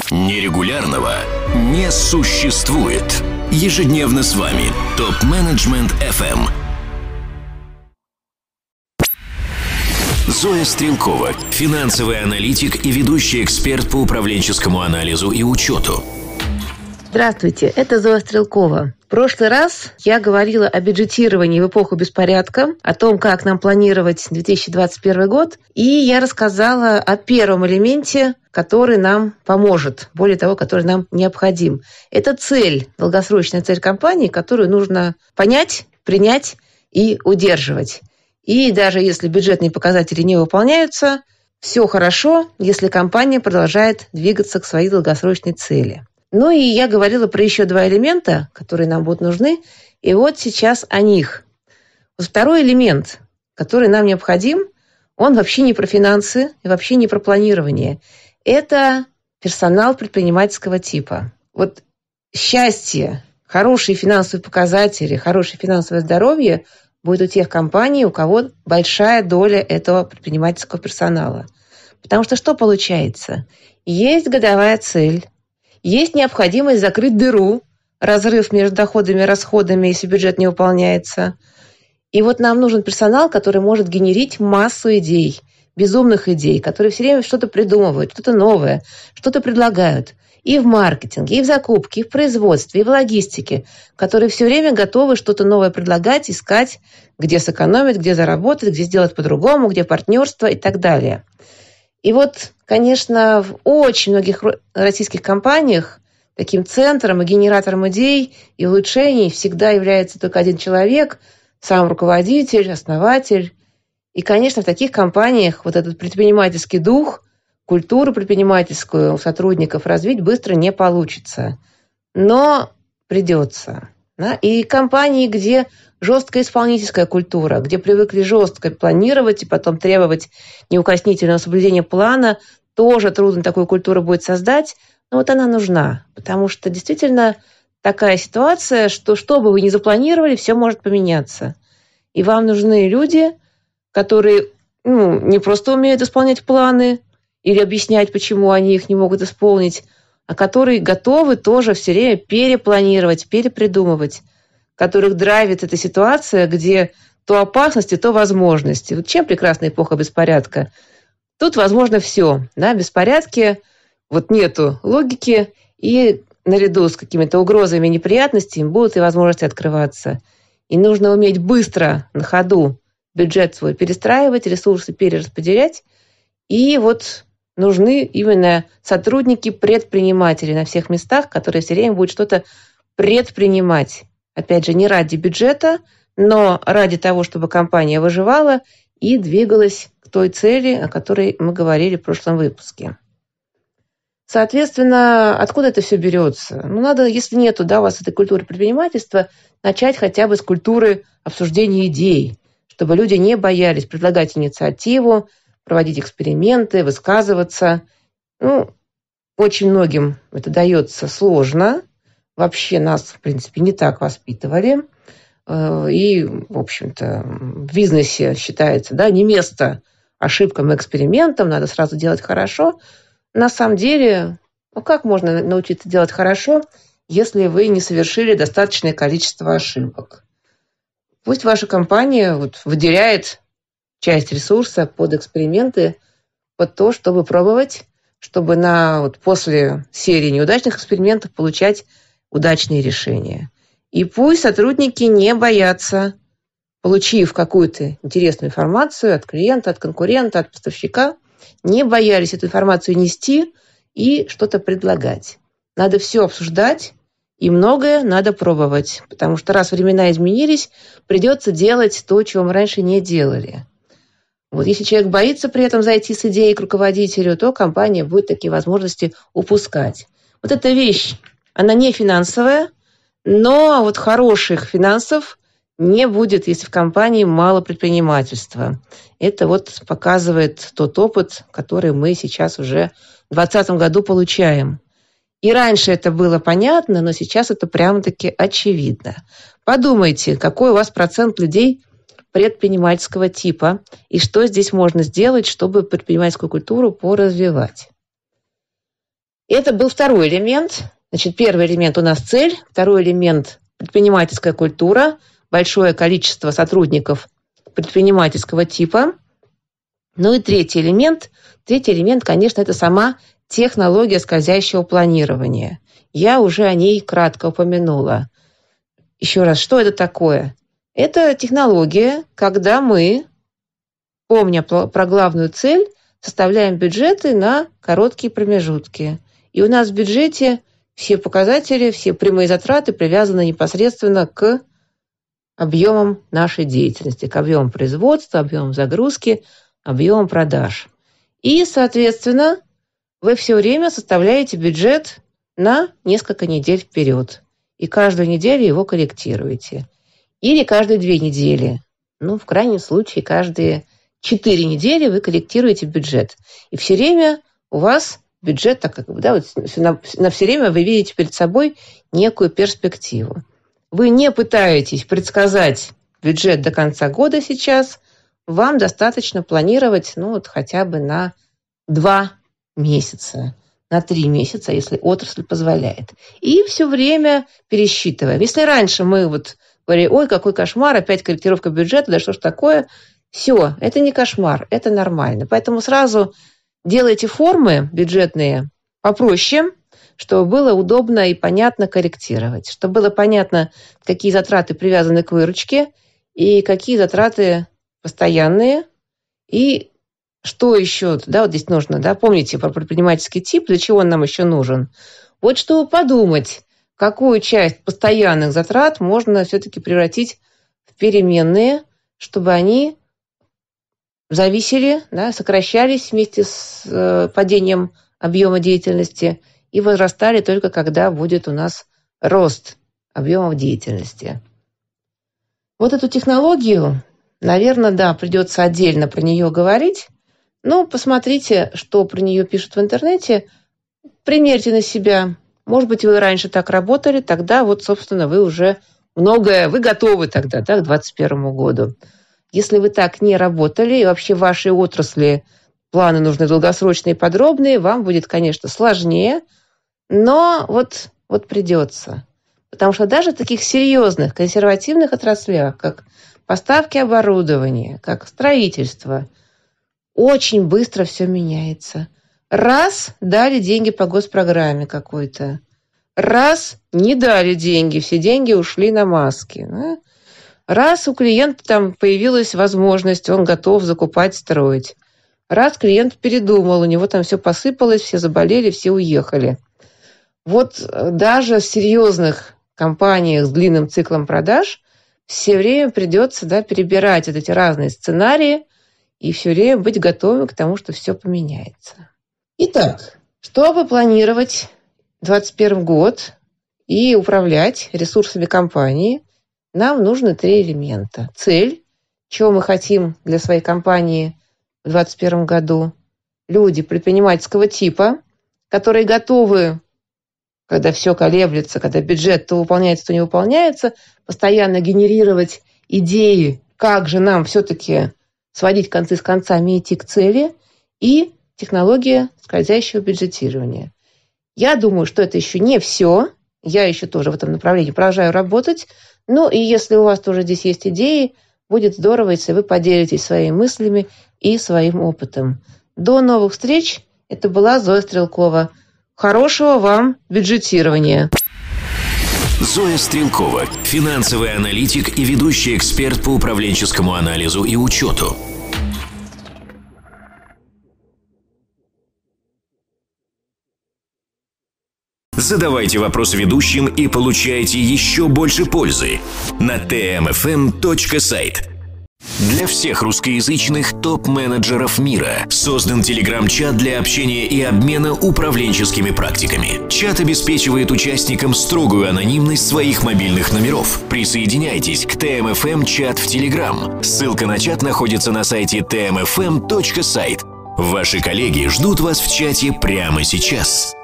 Нерегулярного не существует. Ежедневно с вами ТОП-менеджмент FM. Зоя Стрелкова, финансовый аналитик и ведущий эксперт по управленческому анализу и учету. Здравствуйте, это Зоя Стрелкова. В прошлый раз я говорила о бюджетировании в эпоху беспорядка, о том, как нам планировать 2021 год, и я рассказала о первом элементе, который нам поможет, более того, который нам необходим. Это цель, долгосрочная цель компании, которую нужно понять, принять и удерживать. И даже если бюджетные показатели не выполняются, все хорошо, если компания продолжает двигаться к своей долгосрочной цели. Ну и я говорила про еще два элемента, которые нам будут нужны, и вот сейчас о них. Вот второй элемент, который нам необходим, он вообще не про финансы и вообще не про планирование. Это персонал предпринимательского типа. Вот счастье, хорошие финансовые показатели, хорошее финансовое здоровье будет у тех компаний, у кого большая доля этого предпринимательского персонала. Потому что получается? Есть годовая цель, есть необходимость закрыть дыру, разрыв между доходами и расходами, если бюджет не выполняется. И вот нам нужен персонал, который может генерить массу идей, безумных идей, которые все время что-то придумывают, что-то новое, что-то предлагают. И в маркетинге, и в закупке, и в производстве, и в логистике, которые все время готовы что-то новое предлагать, искать, где сэкономить, где заработать, где сделать по-другому, где партнерство и так далее. И вот, конечно, в очень многих российских компаниях таким центром и генератором идей и улучшений всегда является только один человек, сам руководитель, основатель. И, конечно, в таких компаниях вот этот предпринимательский дух, культуру предпринимательскую у сотрудников развить быстро не получится. Но придется. Да? И компании, где жесткая исполнительская культура, где привыкли жестко планировать и потом требовать неукоснительного соблюдения плана, тоже трудно такую культуру будет создать. Но вот она нужна, потому что действительно такая ситуация, что бы вы ни запланировали, все может поменяться. И вам нужны люди, которые не просто умеют исполнять планы или объяснять, почему они их не могут исполнить, а которые готовы тоже все время перепланировать, перепридумывать, которых драйвит эта ситуация, где то опасности, то возможности. Вот чем прекрасна эпоха беспорядка? Тут возможно все. Да? В беспорядке нету логики, и наряду с какими-то угрозами и неприятностями будут и возможности открываться. И нужно уметь быстро, на ходу, бюджет свой перестраивать, ресурсы перераспределять. И нужны именно сотрудники-предприниматели на всех местах, которые все время будут что-то предпринимать. Опять же, не ради бюджета, но ради того, чтобы компания выживала и двигалась к той цели, о которой мы говорили в прошлом выпуске. Соответственно, откуда это все берется? Надо, если нету у вас этой культуры предпринимательства, начать хотя бы с культуры обсуждения идей, чтобы люди не боялись предлагать инициативу, проводить эксперименты, высказываться. Очень многим это дается сложно. Вообще нас, в принципе, не так воспитывали. И, в общем-то, в бизнесе считается, не место ошибкам и экспериментам, надо сразу делать хорошо. На самом деле, как можно научиться делать хорошо, если вы не совершили достаточное количество ошибок? Пусть ваша компания выделяет часть ресурса под эксперименты, под то, чтобы пробовать, чтобы после серии неудачных экспериментов получать удачные решения. И пусть сотрудники не боятся, получив какую-то интересную информацию от клиента, от конкурента, от поставщика, не боялись эту информацию нести и что-то предлагать. Надо все обсуждать, и многое надо пробовать, потому что раз времена изменились, придется делать то, чего мы раньше не делали. Если человек боится при этом зайти с идеей к руководителю, то компания будет такие возможности упускать. Эта вещь, она не финансовая, но хороших финансов не будет, если в компании мало предпринимательства. Это показывает тот опыт, который мы сейчас уже в 2020 году получаем. И раньше это было понятно, но сейчас это прямо-таки очевидно. Подумайте, какой у вас процент людей предпринимательского типа и что здесь можно сделать, чтобы предпринимательскую культуру поразвивать. Это был второй элемент. Значит, первый элемент у нас цель, второй элемент предпринимательская культура, большое количество сотрудников предпринимательского типа. Ну и третий элемент, конечно, это сама технология скользящего планирования. Я уже о ней кратко упомянула. Еще раз, что это такое? Это технология, когда мы, помня про главную цель, составляем бюджеты на короткие промежутки. И у нас в бюджете все показатели, все прямые затраты привязаны непосредственно к объемам нашей деятельности, к объемам производства, объемам загрузки, объемам продаж. И, соответственно, вы все время составляете бюджет на несколько недель вперед. И каждую неделю его корректируете. Или каждые 2 недели. Ну, в крайнем случае, каждые 4 недели вы корректируете бюджет. И все время у вас бюджет, так как бы, да, вот на все время вы видите перед собой некую перспективу. Вы не пытаетесь предсказать бюджет до конца года сейчас, вам достаточно планировать, ну, вот хотя бы на 2 месяца, на 3 месяца, если отрасль позволяет. И все время пересчитываем. Если раньше мы вот говорили, ой, какой кошмар, опять корректировка бюджета, да что ж такое, все, это не кошмар, это нормально. Поэтому сразу делайте формы бюджетные попроще, чтобы было удобно и понятно корректировать, чтобы было понятно, какие затраты привязаны к выручке и какие затраты постоянные, и что еще, да, вот здесь нужно, да, помните про предпринимательский тип, для чего он нам еще нужен. Вот чтобы подумать, какую часть постоянных затрат можно все-таки превратить в переменные, чтобы они зависели, да, сокращались вместе с падением объема деятельности и возрастали только когда будет у нас рост объемов деятельности. Вот эту технологию, наверное, да, придется отдельно про нее говорить. Но посмотрите, что про нее пишут в интернете. Примерьте на себя. Может быть, вы раньше так работали, тогда вот, собственно, вы уже вы готовы тогда, да, к 2021 году. Если вы так не работали, и вообще в вашей отрасли планы нужны долгосрочные и подробные, вам будет, конечно, сложнее, но вот придется. Потому что даже в таких серьезных консервативных отраслях, как поставки оборудования, как строительство, очень быстро все меняется. Раз дали деньги по госпрограмме какой-то, раз не дали деньги, все деньги ушли на маски. Да? Раз у клиента там появилась возможность, он готов закупать, строить. Раз клиент передумал, у него там все посыпалось, все заболели, все уехали. Вот даже в серьезных компаниях с длинным циклом продаж все время придется, да, перебирать вот эти разные сценарии и все время быть готовым к тому, что все поменяется. Итак, чтобы планировать 2021 год и управлять ресурсами компании, нам нужны 3 элемента. Цель, чего мы хотим для своей компании в 2021 году. Люди предпринимательского типа, которые готовы, когда все колеблется, когда бюджет то выполняется, то не выполняется, постоянно генерировать идеи, как же нам все-таки сводить концы с концами и идти к цели, и технология скользящего бюджетирования. Я думаю, что это еще не все. Я еще тоже в этом направлении продолжаю работать. Ну и если у вас тоже здесь есть идеи, будет здорово, если вы поделитесь своими мыслями и своим опытом. До новых встреч. Это была Зоя Стрелкова. Хорошего вам бюджетирования. Зоя Стрелкова, финансовый аналитик и ведущий эксперт по управленческому анализу и учету. Задавайте вопросы ведущим и получайте еще больше пользы на tmfm.site. Для всех русскоязычных топ-менеджеров мира создан телеграм-чат для общения и обмена управленческими практиками. Чат обеспечивает участникам строгую анонимность своих мобильных номеров. Присоединяйтесь к TMFM-чат в Telegram. Ссылка на чат находится на сайте tmfm.site. Ваши коллеги ждут вас в чате прямо сейчас.